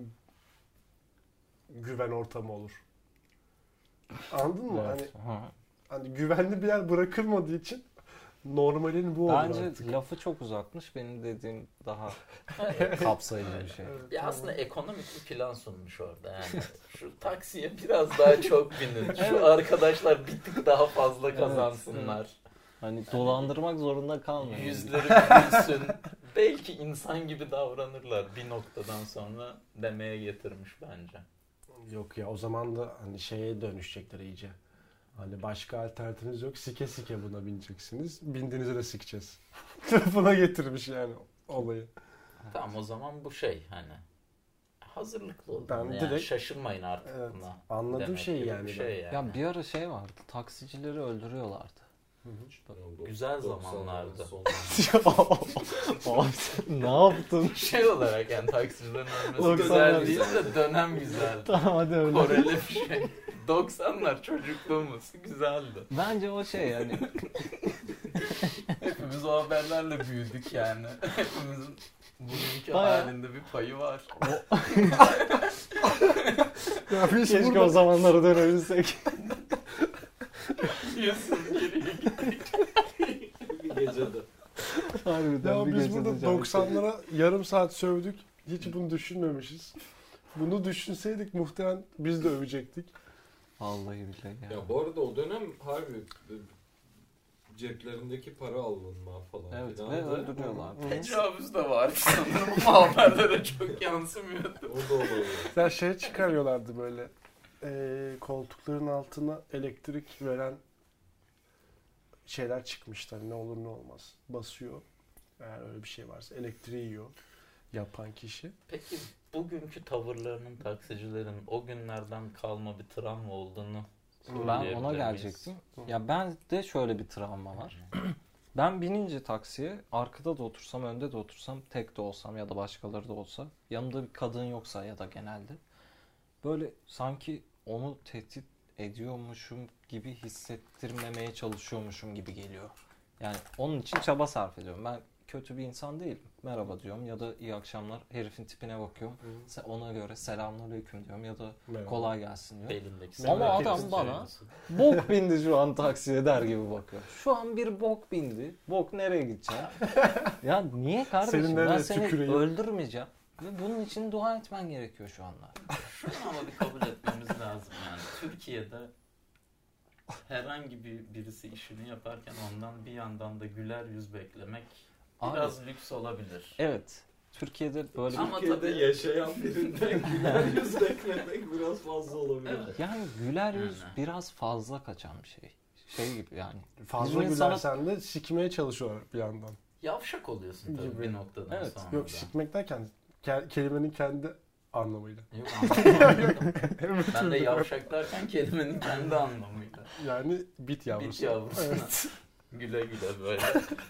güven ortamı olur. Anladın mı? Evet. Hani Ha. hani güvenli bir yer bırakılmadığı için normalin bu olur Bence artık. lafı çok uzatmış. Benim dediğim daha kapsayıcı bir şey. Evet, Ya tamam. aslında ekonomik bir plan sunmuş orada yani. Şu taksiye biraz daha çok binin. Şu Evet. arkadaşlar bir tık daha fazla kazansınlar. Hani dolandırmak zorunda kalmıyor. Yüzleri gülsün. Belki insan gibi davranırlar bir noktadan sonra demeye getirmiş bence. Yok ya o zaman da hani şeye dönüşecekler iyice. Hani başka alternatifiniz yok. Sike sike buna bineceksiniz. Bindiğinizde de sikeceğiz. Buna getirmiş yani olayı. Tamam o zaman bu şey hani hazırlıklı olun. Ben Yani direkt- şaşırmayın artık Evet, buna. anladığım demek şey gibi yani bir şey yani. Ya bir ara şey vardı. Taksicileri öldürüyorlardı. Güzel zamanlardı. Abi sen ne yaptın? Şey olarak yani taksicilerin ölmesi doksanlar güzel değil de dönem güzeldi. Tamam hadi öyle. Koreli bir şey. doksanlar çocukluğumuz güzeldi. Bence o şey yani. Hepimiz o haberlerle büyüdük yani. Hepimizin bugünkü Bayağı- halinde bir payı var. Ya biz Keşke burada o zamanlara dönebilsek. Diyorsun geriye gittik. Bir gecede. Harbiden ya bir biz gecede burada can doksanlara yarım saat sövdük. Hiç bunu düşünmemişiz. Bunu düşünseydik muhtemelen biz de övecektik. Vallahi billahi ya. Ya bu arada o dönem harbi ceplerindeki para alınma falan Evet filan ve da öldürüyorlar. Tecavüz de var sanırım ama haberlere çok yansımıyordu. o da olabilir. Mesela şey çıkarıyorlardı böyle eee, koltukların altına elektrik veren şeyler çıkmıştı. Hani ne olur ne olmaz. Basıyor. Eğer öyle bir şey varsa elektriği yiyor yapan kişi. Peki bugünkü tavırlarının taksicilerin o günlerden kalma bir travma olduğunu Ben söyleyebilir ona miyiz? gelecektim. Ya ben de şöyle bir travma var. Ben binince taksiye arkada da otursam önde de otursam tek de olsam ya da başkaları da olsa yanımda bir kadın yoksa ya da genelde böyle sanki onu tehdit ediyormuşum gibi hissettirmemeye çalışıyormuşum gibi geliyor. Yani onun için çaba sarf ediyorum. Ben kötü bir insan değilim. Merhaba diyorum ya da iyi akşamlar. Herifin tipine bakıyorum. Se- Ona göre selamünaleyküm diyorum ya da Merhaba. kolay gelsin diyor. Belindeki Ama memleket adam bana- sevgisi. Bok bindi şu an taksiye der gibi bakıyor. Şu an bir bok bindi. Bok nereye gideceğim? Ya niye kardeşim? Senin Ben nereye seni tüküreyim? öldürmeyeceğim. Ve bunun için dua etmen gerekiyor şu anda. Şunu ama bir kabul etmemiz lazım yani. Türkiye'de herhangi bir birisi işini yaparken ondan bir yandan da güler yüz beklemek Abi, biraz lüks olabilir. evet. Türkiye'de böyle bir... Ama Türkiye'de tabii- yaşayan birinden güler yüz beklemek biraz fazla olabilir. Evet. Yani güler yüz Aynen. biraz fazla kaçan bir şey. Şey gibi yani. Fazla Bizim insana- gülersen de sikmeye çalışıyorlar bir yandan. Yavşak oluyorsun tabii Gibi. bir noktadan Evet. sonra. Yok da. sikmek derken ke- kelimenin kendi anlamıyla. Yok anlamadım. Evet, Ben de öyle. yavşak derken kelimenin kendi anlamıyla. Yani bit yavrusu. Bit yavrusuna. Evet. Güle güle böyle.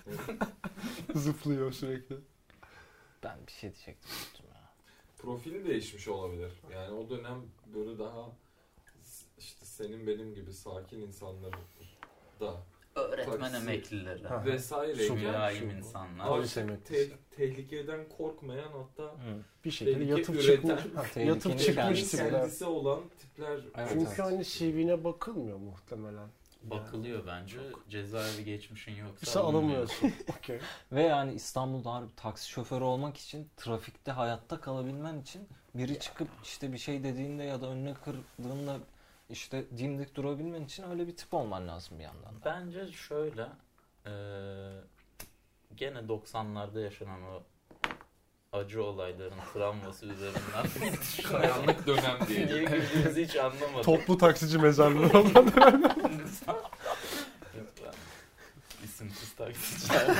Zıplıyor sürekli. Ben bir şey diyecektim. unuttum ya. Profili değişmiş olabilir. Yani o dönem böyle daha s- işte senin benim gibi sakin insanları da Öğretmen Taksi. emeklileri. Ha. vesaire Su- Mülayim Şu- insanlar. Polis artık emeklisi. te- tehlikeden korkmayan hatta Hı. Bir şekilde Tehlike yatıp üreten- çıkmış. Ha, Tehlikenin yatıp çıkmış kendisi. tipler. kendisi olan tipler. Evet, Çünkü evet. hani C V'ne bakılmıyor muhtemelen. Bakılıyor bence. Cezaevi geçmişin yoksa Kısa alınmıyor. alamıyorsun. Okey. Ve yani İstanbul'da harbi taksi şoförü olmak için trafikte hayatta kalabilmen için biri çıkıp işte bir şey dediğinde ya da önüne kırdığında işte dimdik durabilmen için öyle bir tip olman lazım bir yandan da. Bence şöyle eee, gene doksanlarda yaşanan o acı olayların travması üzerinden Karanlık dönem niye diyelim. güldüğünüzü hiç anlamadım. Toplu taksici mezarlığı olan. Lütfen. İsimsiz taksiciler.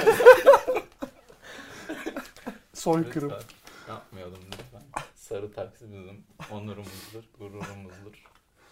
Soykırım. Lütfen. Yapmayalım lütfen. Sarı taksi bizim onurumuzdur, gururumuzdur.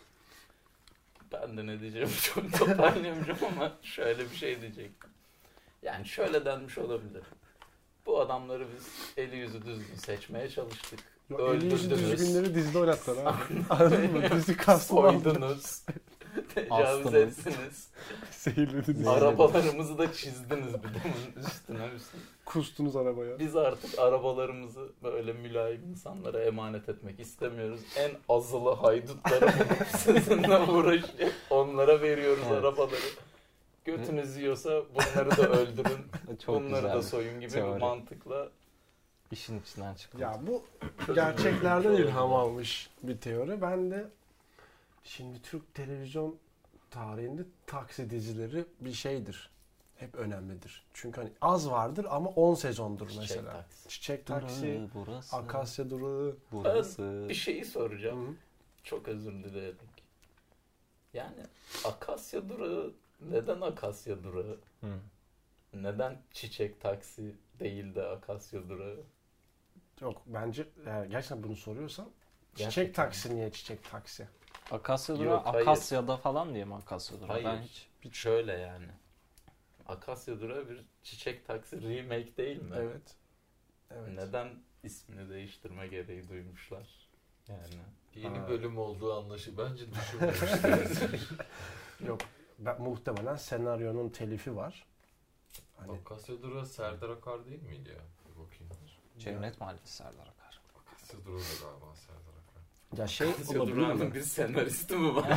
Ben de ne diyeceğimi çok toparlayamayacağım ama şöyle bir şey diyecektim. Yani şöyle denmiş olabilir. Bu adamları biz eli yüzü düzgün seçmeye çalıştık. Yok, eli yüzü Öldürdünüz. düzgünleri dizide oynattılar abi. Anladın mı? Dizi kastım aldı. Soydunuz. Tecavüz Astınız. etsiniz. Seyirlediniz. Arabalarımızı da çizdiniz bir de bunun üstüne üstüne. Kustunuz arabaya. Biz artık arabalarımızı böyle mülayim insanlara emanet etmek istemiyoruz. En azılı haydutları bulup sizinle uğraşıp onlara veriyoruz Evet. arabaları. Götünüz yiyorsa bunları da öldürün, Çok bunları güzel da bir soyun gibi teori. bir mantıkla. işin içinden çıktı. Ya bu gerçeklerden ilham almış bir teori. Ben de şimdi Türk televizyon tarihinde taksi dizileri bir şeydir. Hep önemlidir. Çünkü hani az vardır ama on sezondur Çiçek mesela. taksi. Çiçek taksi, Durağı burası. Akasya Durağı. Burası. Bir şeyi soracağım. Hı. Çok özür dileyerek. Yani Akasya durağı neden Akasya durağı? Hı. Neden çiçek taksi değil de Akasya durağı? Yok bence eğer gerçekten bunu soruyorsan çiçek Gerçekten. taksi niye çiçek taksi? Akasya Yok, durağı hayır. Akasya'da falan diye mi Akasya durağı? Hayır. Ben hiç Şöyle yani. Akasya durağı bir çiçek taksi remake değil mi? Evet. Evet. Neden ismini değiştirme gereği duymuşlar? Yani. Yeni Ha. bölüm olduğu anlaşı bence düşünmemişler. Yok. Ben, muhtemelen senaryonun telifi var. Hani Akasya Durağı Serdar Akar değil miydi ya? Bir bakayım. Cennet Mahallesi Serdar Akar. Akasya Durağı da galiba Serdar Akar. ya şey Akasya olabilir durağının mi? bir senaristi mi var?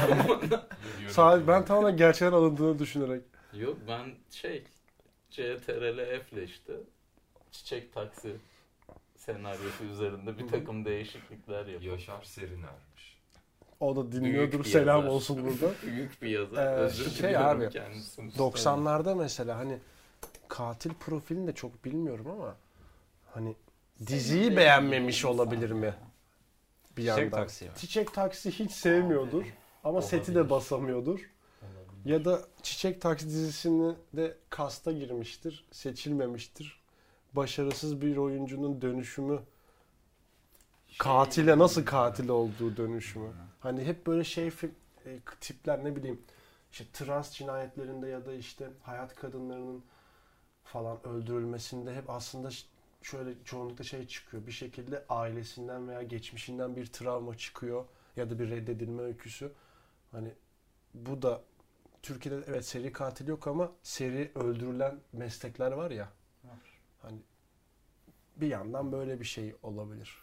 Sadece ben tamamen gerçekten alındığını düşünerek. Yok ben şey C T R L F'le işte çiçek taksi senaryosu üzerinde bir takım değişiklikler yapıyor. Yaşar Seriner'miş. O da Büyük dinliyordur. bir Selam yazar. olsun burada. Büyük bir yazar. Ee, Özür şey diliyorum abi, kendisini. doksanlarda mesela hani katil profilini de çok bilmiyorum ama hani diziyi Senin de beğenmemiş ilgili olabilir insan mi? ya. Bir Çiçek yandan. Taksi var. Çiçek Taksi hiç sevmiyordur ama seti de Olabilir. basamıyordur. Ya da Çiçek Taksi dizisinde de kasta girmiştir, seçilmemiştir. Başarısız bir oyuncunun dönüşümü, katile nasıl katil olduğu dönüşümü. Hani hep böyle şey film, e, tipler ne bileyim işte trans cinayetlerinde ya da işte hayat kadınlarının falan öldürülmesinde hep aslında ş- şöyle çoğunlukla şey çıkıyor. Bir şekilde ailesinden veya geçmişinden bir travma çıkıyor ya da bir reddedilme öyküsü. Hani bu da Türkiye'de evet seri katil yok ama seri öldürülen meslekler var ya. Var. Hani bir yandan böyle bir şey olabilir.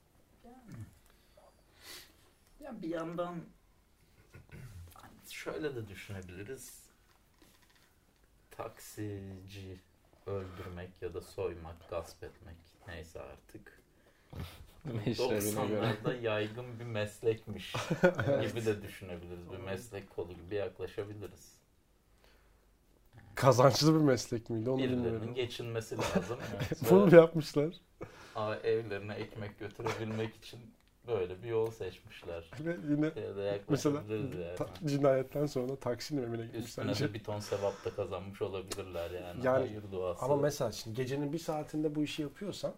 Ya bir yandan hani şöyle de düşünebiliriz. Taksici öldürmek ya da soymak, gasp etmek neyse artık. Meşrebine göre. doksanlarda yaygın bir meslekmiş gibi de düşünebiliriz. Bir meslek kolu gibi yaklaşabiliriz. Kazançlı bir meslek miydi onu Birilerinin bilmiyorum. geçinmesi lazım. Evet. Bunu mu Ve yapmışlar? a- evlerine ekmek götürebilmek için böyle bir yol seçmişler. Ve yine Ya da mesela yaklaşabiliriz yani. ta- cinayetten sonra Taksim evine gitmiş Üstüne sence. de bir ton sevap da kazanmış olabilirler yani. Yani Hayır duası. Ama mesela şimdi gecenin bir saatinde bu işi yapıyorsan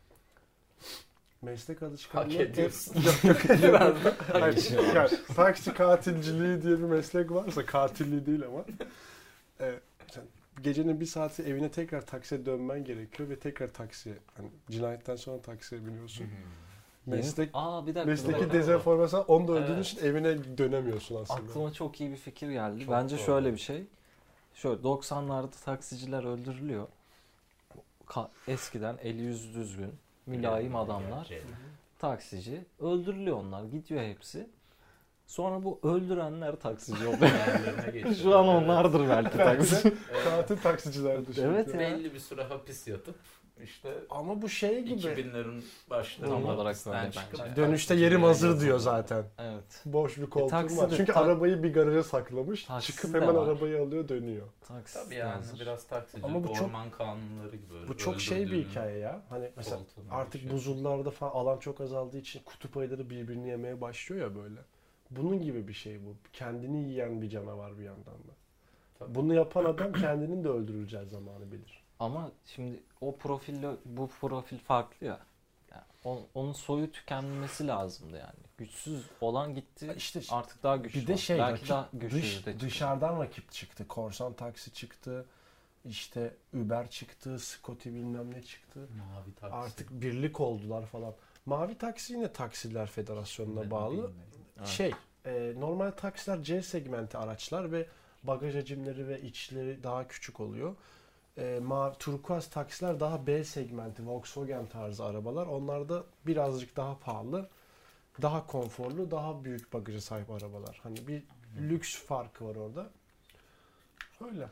meslek alışkanlığı... Hak ediyorsun. Yok, yok, Biraz da Hayır, yani, taksi katilciliği diye bir meslek varsa katilliği değil ama e, sen gecenin bir saati evine tekrar taksiye dönmen gerekiyor ve tekrar taksiye hani cinayetten sonra taksiye biniyorsun. Meslek Aa bir dakika. mesleki doğru. dezenformasyon onu da öldüğün Evet. için evine dönemiyorsun aslında. Aklıma çok iyi bir fikir geldi. Çok Bence doğru. şöyle bir şey. Şöyle doksanlarda taksiciler öldürülüyor. Ka- eskiden eli yüzü düzgün, mülayim adamlar, taksici. Öldürülüyor onlar. Gidiyor hepsi. Sonra bu öldürenler taksici oluyor. Şu an onlardır belki taksici. Katil taksiciler düşün. Evet ya. Belli bir süre hapis yatıp işte Ama bu şey gibi iki binlerin başlarında Tam olarak hapisten öyle çıkıp bence. dönüşte taksiciliğe yerim hazır diyor yazılıyor. zaten. Evet. Boş bir koltuğum taksi var. de Çünkü tak- arabayı bir garaja saklamış. Taksi Çıkıp de hemen var. arabayı alıyor dönüyor. Taksi Tabii yani hazır. biraz taksicilik, Ama bu çok- orman kanunları gibi. öyle Bu çok şey bir öldürdüğünün hikaye ya. Hani mesela koltuğuna artık düşüyor. buzullarda falan alan çok azaldığı için kutup ayıları birbirini yemeye başlıyor ya böyle. Bunun gibi bir şey bu. Kendini yiyen bir canavar bir yandan da. Tabii. Bunu yapan adam kendinin de öldürüleceği zamanı bilir. Ama şimdi o profille bu profil farklı ya. Yani o- onun soyu tükenmesi lazımdı yani. Güçsüz olan gitti. İşte Artık daha güçlü. bir de var. şey belki rakip, daha güçlü dış, de çıktı. dışarıdan rakip çıktı. Korsan taksi çıktı. İşte Uber çıktı. Scotty bilmem ne çıktı. Mavi taksi. Artık birlik oldular falan. Mavi Taksi yine Taksiler Federasyonu'na Ben bağlı. bilmiyorum. Evet. Şey, e, normal taksiler C segmenti araçlar ve bagaj hacimleri ve içleri daha küçük oluyor. E, mavi, turkuaz taksiler daha B segmenti, Volkswagen tarzı arabalar. Onlar da birazcık daha pahalı, daha konforlu, daha büyük bagaja sahip arabalar. Hani bir lüks farkı var orada. Öyle.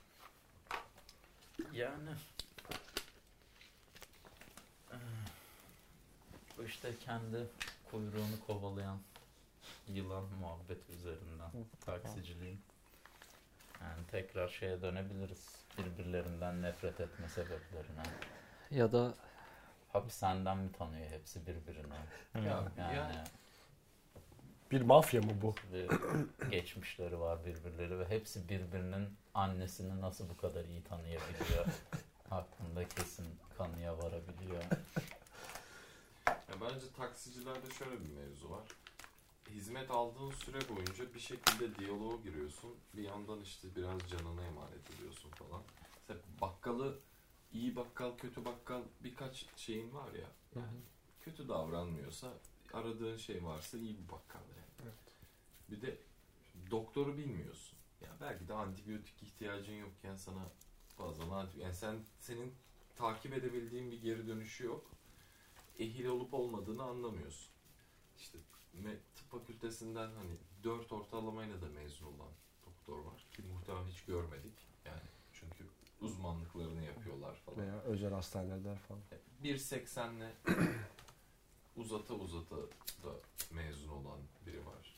Yani eh, bu işte kendi kuyruğunu kovalayan yılan muhabbeti üzerinden taksiciliğin. Yani tekrar şeye dönebiliriz. Birbirlerinden nefret etme sebeplerine. Ya da Hapishaneden mi tanıyor hepsi birbirini? Ya, Yani ya. Bir mafya mı bu? bir geçmişleri var birbirleri ve hepsi birbirinin annesini nasıl bu kadar iyi tanıyabiliyor? Hakkında kesin kanıya varabiliyor. Ya bence taksicilerde şöyle bir mevzu var. Hizmet aldığın süre boyunca bir şekilde diyaloğa giriyorsun. Bir yandan işte biraz canına emanet ediyorsun falan. Mesela bakkalı, iyi bakkal, kötü bakkal birkaç şeyin var ya. Yani kötü davranmıyorsa, aradığın şey varsa iyi bir bakkal yani. Evet. Bir de doktoru bilmiyorsun. Ya belki de antibiyotik ihtiyacın yokken sana bazen antibiyotik... Yani sen, senin takip edebildiğin bir geri dönüşü yok. Ehil olup olmadığını anlamıyorsun. İşte me- tıp fakültesinden hani dört ortalamayla da mezun olan doktor var ki muhtemelen hiç görmedik. Yani çünkü uzmanlıklarını yapıyorlar falan. Veya özel hastaneler falan. bir seksenle uzata uzata da mezun olan biri var.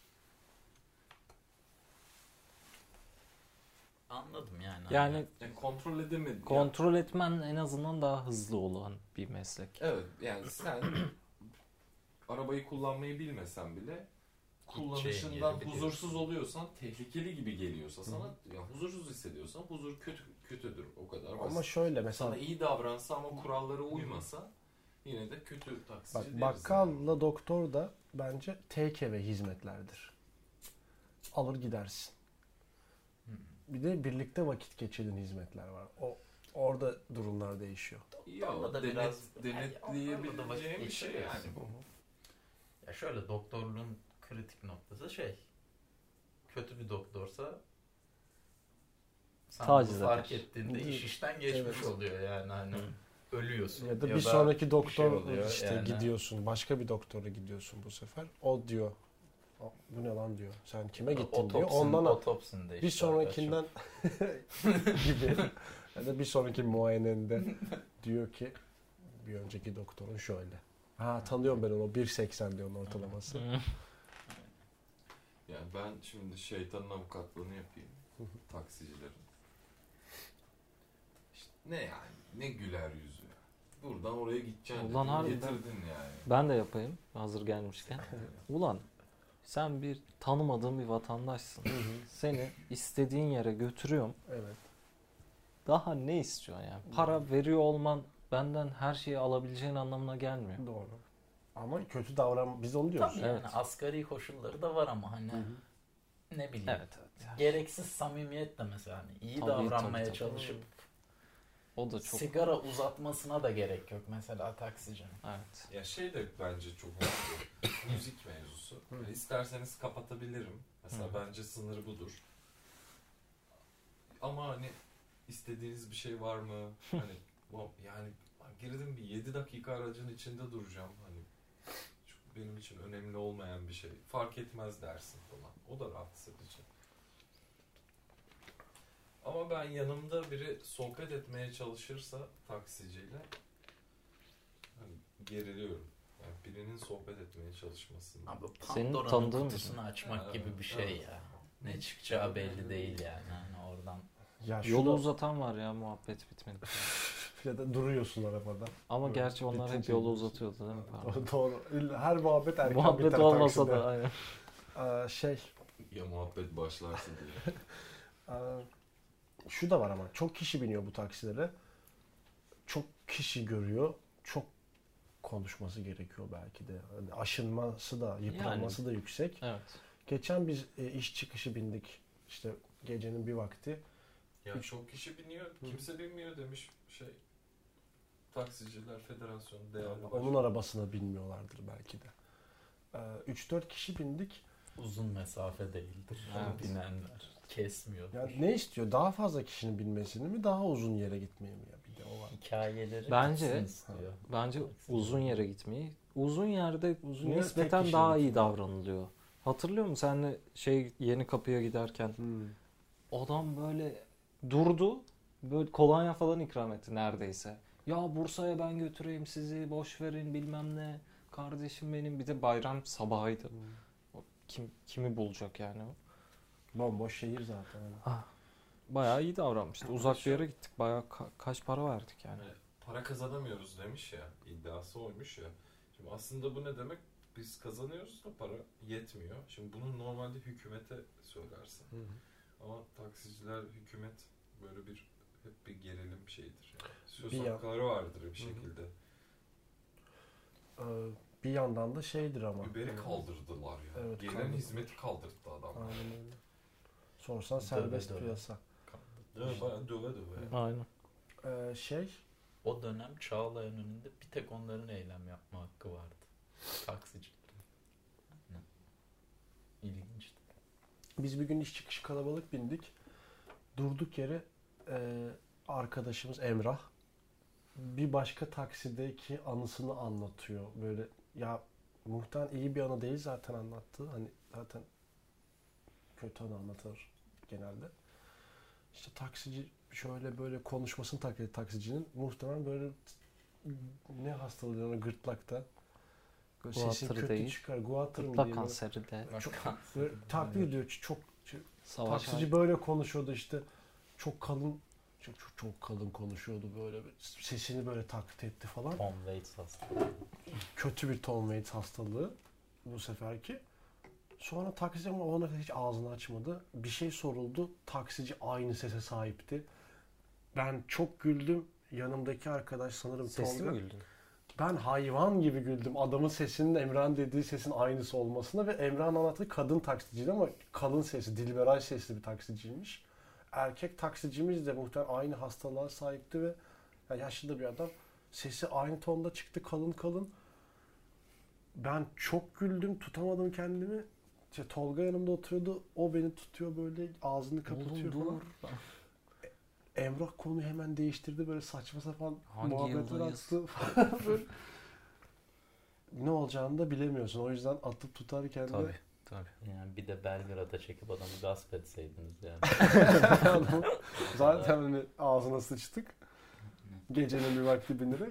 Anladım yani. Yani Yani kontrol edemedi. kontrol etmen en azından daha hızlı olan bir meslek. Evet, yani sen arabayı kullanmayı bilmesen bile kullanışından yeri biliyorsun. huzursuz oluyorsan, tehlikeli gibi geliyorsa sana, ya huzursuz hissediyorsan huzur kötü kötüdür, o kadar basit. Ama şöyle mesela Sana iyi davransa ama kurallara uymasa yine de kötü taksici bak, deriz bakkalla yani. doktor da bence take away hizmetlerdir. Alır gidersin. Bir de birlikte vakit geçirdiğin hizmetler var. O orada durumlar değişiyor. Ya, Doktorla da denet, biraz- denetleyebileceğim bir şey yani bu. Ya şöyle, doktorluğun kritik noktası şey. Kötü bir doktorsa sen Taciz bunu fark eder. ettiğinde Değil. iş işten geçmiş Evet. oluyor yani hani ölüyorsun. Ya da bir sonraki doktor şey oluyor işte yani. gidiyorsun. Başka bir doktora gidiyorsun bu sefer. O diyor. "O, bu ne lan diyor. Sen kime gittin diyor. Otopsin, Ondan otopsinde bir işte sonrakinden gibi ya da bir sonraki muayenende diyor ki bir önceki doktorun şöyle. Ha tanıyorum ben onu. bir seksen diyor onun ortalaması. Yani ben şimdi şeytanın avukatlığını yapayım taksicilerin. İşte ne yani? Ne güler yüzü ya. Buradan oraya gideceksin. Ulan harbiden. Getirdin yani. Ben de yapayım hazır gelmişken. Ulan sen bir tanımadığın bir vatandaşsın. Seni istediğin yere götürüyorum. Evet. Daha ne istiyorsun yani? Para veriyor olman benden her şeyi alabileceğin anlamına gelmiyor. Doğru. Ama kötü davran biz onu diyoruz. Tabii yani Evet. asgari koşulları da var ama hani ne bileyim. Evet evet. Gereksiz samimiyet de mesela hani iyi Tabii, davranmaya tabii, tabii. çalışıp O da çok. sigara uzatmasına da gerek yok mesela taksicinin. Evet. Ya şey de bence çok önemli. Müzik mevzusu. Hı. İsterseniz kapatabilirim. Mesela Hı. bence sınırı budur. Ama hani istediğiniz bir şey var mı? Hani bu- yani girdim bir yedi dakika aracın içinde duracağım. Hani çok benim için önemli olmayan bir şey. Fark etmez dersin falan. O da rahatsız edici. Ama ben yanımda biri sohbet etmeye çalışırsa taksiciyle hani geriliyorum. Yani birinin sohbet etmeye çalışmasını. Abi Senin Pandora'nın tanıdığın kutusunu açmak Evet, gibi bir şey evet. ya. Ne çıkacağı belli değil yani hani oradan. Ya Yolu şunu uzatan var ya, muhabbet bitmedi. ya da duruyorsun arabada. Ama Evet, gerçi onlar hep bitince yolu gidiyorsun. uzatıyordu değil mi? Pardon. Doğru. İlla- Her muhabbet erken Muhabbet biter olmasa takside. da aynen. Ee, şey Ya muhabbet başlarsa diye. Aa, şu da var ama çok kişi biniyor bu taksilere. Çok kişi görüyor. Çok konuşması gerekiyor belki de. Hani aşınması da, yıpranması da yüksek. Evet. Geçen biz e, iş çıkışı bindik. İşte gecenin bir vakti. Ya çok kişi biniyor, kimse binmiyor demiş şey. Taksiciler Federasyonu değerli Onun başkanı. arabasına binmiyorlardır belki de. Ee, üç dört kişi bindik. Uzun mesafe değildir. Evet. Binenler kesmiyor. Yani ne istiyor? Daha fazla kişinin binmesini mi? Daha uzun yere gitmeyi mi? Ya bir de o var. Hikayeleri Bence- bitsin istiyor. Bence uzun yere gitmeyi. Uzun yerde uzun Niye nispeten tek daha kişilik? iyi davranılıyor. Hatırlıyor musun senle şey Yeni Kapı'ya giderken adam böyle durdu. Böyle kolonya falan ikram etti neredeyse. Ya Bursa'ya ben götüreyim sizi, boş verin bilmem ne. Kardeşim benim, bir de bayram sabahıydı. O Kim kimi bulacak yani o? Bomboş şehir zaten. hani. Bayağı iyi davranmıştı. Uzak bir yere gittik. Bayağı ka- kaç para verdik yani. Yani para kazanamıyoruz demiş ya, iddiası oymuş ya. Şimdi aslında bu ne demek? Biz kazanıyoruz da para yetmiyor. Şimdi bunu normalde hükümete söylersin. Hı hı. Ama taksiciler, hükümet böyle bir hep bir gerilim şeyidir. Yani. Söz Bir ya- hakları vardır bir hı. şekilde. Ee, bir yandan da şeydir ama. Uber'i Hani- kaldırdılar ya. Evet, Gelen kaldırdılar. hizmeti kaldırdı adamlar. Aynen öyle. Sorsan Döve serbest döve. piyasa. Döve, bayağı döve döve. Aynen. Ee, şey O dönem Çağlayan önünde bir tek onların eylem yapma hakkı vardı. Taksicilerin. Hı. İlginçti. biz bir gün iş çıkışı kalabalık bindik. Durduk yere e, arkadaşımız Emrah bir başka taksideki anısını anlatıyor. Böyle ya muhtemelen iyi bir anı değil zaten anlattığı. Hani zaten kötü anı anlatır genelde. İşte taksici şöyle böyle konuşmasını taklit taksicinin. Muhtemelen böyle ne hastalığı ona gırtlakta. Böyle sesi Guatr kötü değil. çıkar. Guatr mı Gırtlak diyeyim? kanseri de. Çok, böyle taklit ediyor. Çok, çok Savaş taksici böyle konuşuyordu işte. Çok kalın çok, çok, çok kalın konuşuyordu böyle. Sesini böyle taklit etti falan. Tom Waits hasta. Kötü bir Tom Waits hastalığı bu seferki. Sonra taksici ama ona kadar hiç ağzını açmadı. Bir şey soruldu. Taksici aynı sese sahipti. Ben çok güldüm. Yanımdaki arkadaş sanırım Sesli Tolga. mi güldün? Ben hayvan gibi güldüm. Adamın sesinin Emrah'ın dediği sesin aynısı olmasına ve Emrah'ın anlattığı kadın taksiciydi ama kalın sesli, dilberay sesli bir taksiciymiş. Erkek taksicimiz de muhtemelen aynı hastalığa sahipti ve yani yaşlı da bir adam. Sesi aynı tonda çıktı, kalın kalın. Ben çok güldüm, tutamadım kendimi. İşte Tolga yanımda oturuyordu. O beni tutuyor böyle, ağzını kapatıyor Oğlum falan. dur. Emrah konuyu hemen değiştirdi, böyle saçma sapan Hangi muhabbetler yıldayız? attı falan. Böyle. Ne olacağını da bilemiyorsun. O yüzden atıp tutarken de Tabii. Tabii. Yani bir de Belgrad'a çekip adamı gasp etseydiniz yani. zaten hani ağzına sıçtık. Gecenin bir vakti binerek.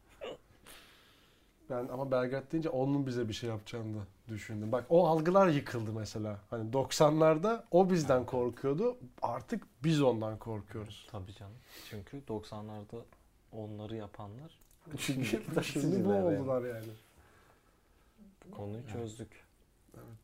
Ben ama Belgrad deyince onun bize bir şey yapacağını da düşündüm. Bak o algılar yıkıldı mesela. Hani doksanlarda o bizden korkuyordu. Artık biz ondan korkuyoruz. Tabii canım. Çünkü doksanlarda onları yapanlar Çünkü şimdi bu taksiciler yani. oldular yani. Konuyu çözdük. Evet.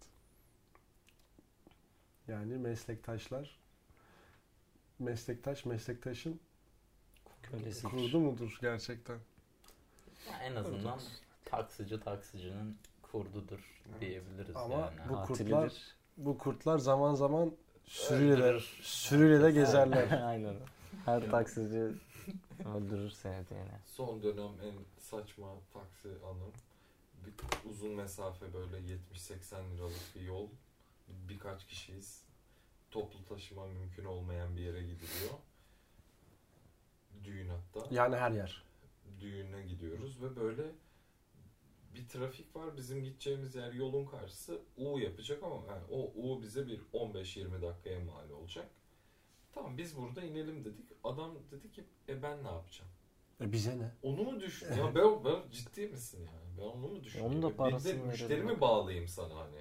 Yani meslektaşlar meslektaş meslektaşın Kölesidir. kurdu mudur gerçekten? Ya en azından taksici taksicinin kurdudur diyebiliriz Ama yani. bu Katilidir. kurtlar bu kurtlar zaman zaman sürüyle de, Öldürür. sürüyle de gezerler. Aynen. Her taksici öldürür seni diyene. Son dönem en saçma taksi anım. Bir uzun mesafe böyle yetmiş seksen liralık bir yol. Birkaç kişiyiz. Toplu taşıma mümkün olmayan bir yere gidiliyor. Düğün hatta. Yani her yer. Düğüne gidiyoruz ve böyle bir trafik var. Bizim gideceğimiz yer yolun karşısı. U yapacak ama yani o U bize bir on beş yirmi dakikaya mal olacak. Tamam biz burada inelim dedik. Adam dedi ki e ben ne yapacağım? E bize ne? Onu mu düşün? Ya ben, ben ciddi misin yani? Ben onu mu düşünüyorum? Onun da Bir de parasını müşteri verelim. mi bağlayayım sana hani?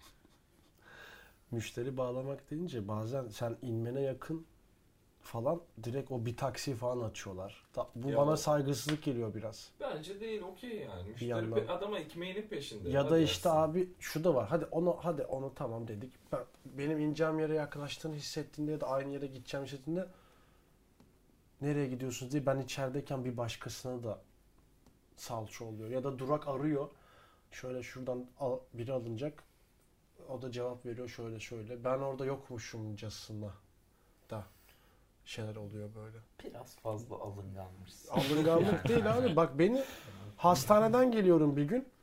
Müşteri bağlamak deyince bazen sen inmene yakın falan direkt o bir taksi falan açıyorlar. Ta- Bu Ya bana o- saygısızlık geliyor biraz. Bence değil okey yani. Müşteri yandan. pe- adama ekmeğinin peşinde. Ya da Hadi işte dersin. abi şu da var. Hadi onu hadi onu tamam dedik. Ben benim ineceğim yere yaklaştığını hissettiğinde ya da aynı yere gideceğim hissettiğinde nereye gidiyorsunuz diye ben içerideyken bir başkasına da salça oluyor. Ya da durak arıyor. Şöyle şuradan al- biri alınacak. O da cevap veriyor şöyle şöyle. Ben orada yokmuşumcasına da şeyler oluyor böyle. Biraz fazla alınganmışsın. Alınganlık değil abi. Bak beni hastaneden geliyorum bir gün.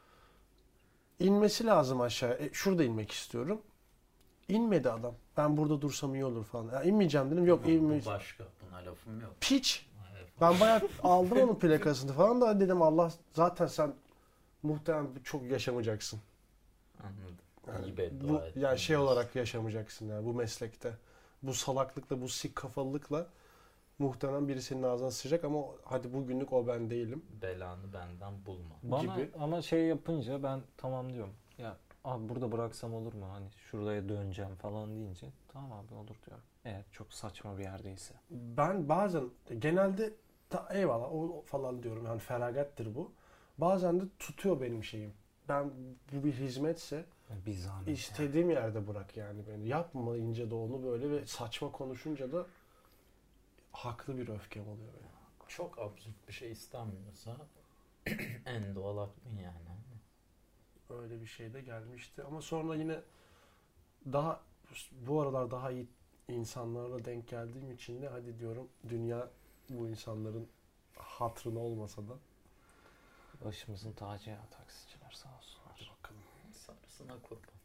İnmesi lazım aşağı. E, şurada inmek istiyorum. İnmedi adam. Ben burada dursam iyi olur falan. Ya inmeyeceğim dedim. Yok Bu inmeyeceğim. başka. Buna lafım yok. Piç. Evet. Ben bayağı aldım onun plakasını falan da dedim Allah zaten sen muhtemelen çok yaşamayacaksın. Anladım. Yani İyi beddua bu ettin yani şey diyorsun. olarak yaşamayacaksın yani bu meslekte. Bu salaklıkla, bu sik kafalılıkla muhtemelen biri senin ağzına sıçacak ama hadi bugünlük o ben değilim. Belanı benden bulma. Bana Gibi. ama şey yapınca ben tamam diyorum. Ya abi burada bıraksam olur mu? Hani şuraya döneceğim falan deyince tamam abi olur diyorum. Eğer çok saçma bir yerdeyse. Ben bazen genelde ta, eyvallah o falan diyorum yani feragattır bu. Bazen de tutuyor benim şeyim. Ben bu bir hizmetse Bir zahmet. istediğim yerde bırak yani beni. Yapmayınca da onu böyle ve saçma konuşunca da haklı bir öfkem oluyor benim. Çok absürt bir şey istenmiyorsa en doğal hakkın yani. Öyle bir şey de gelmişti ama sonra yine daha bu aralar daha iyi insanlarla denk geldiğim için de hadi diyorum dünya bu insanların hatırına olmasa da Başımızın tacı ya taksiciler sağ olsunlar. hadi bakalım. Sarısına kurban.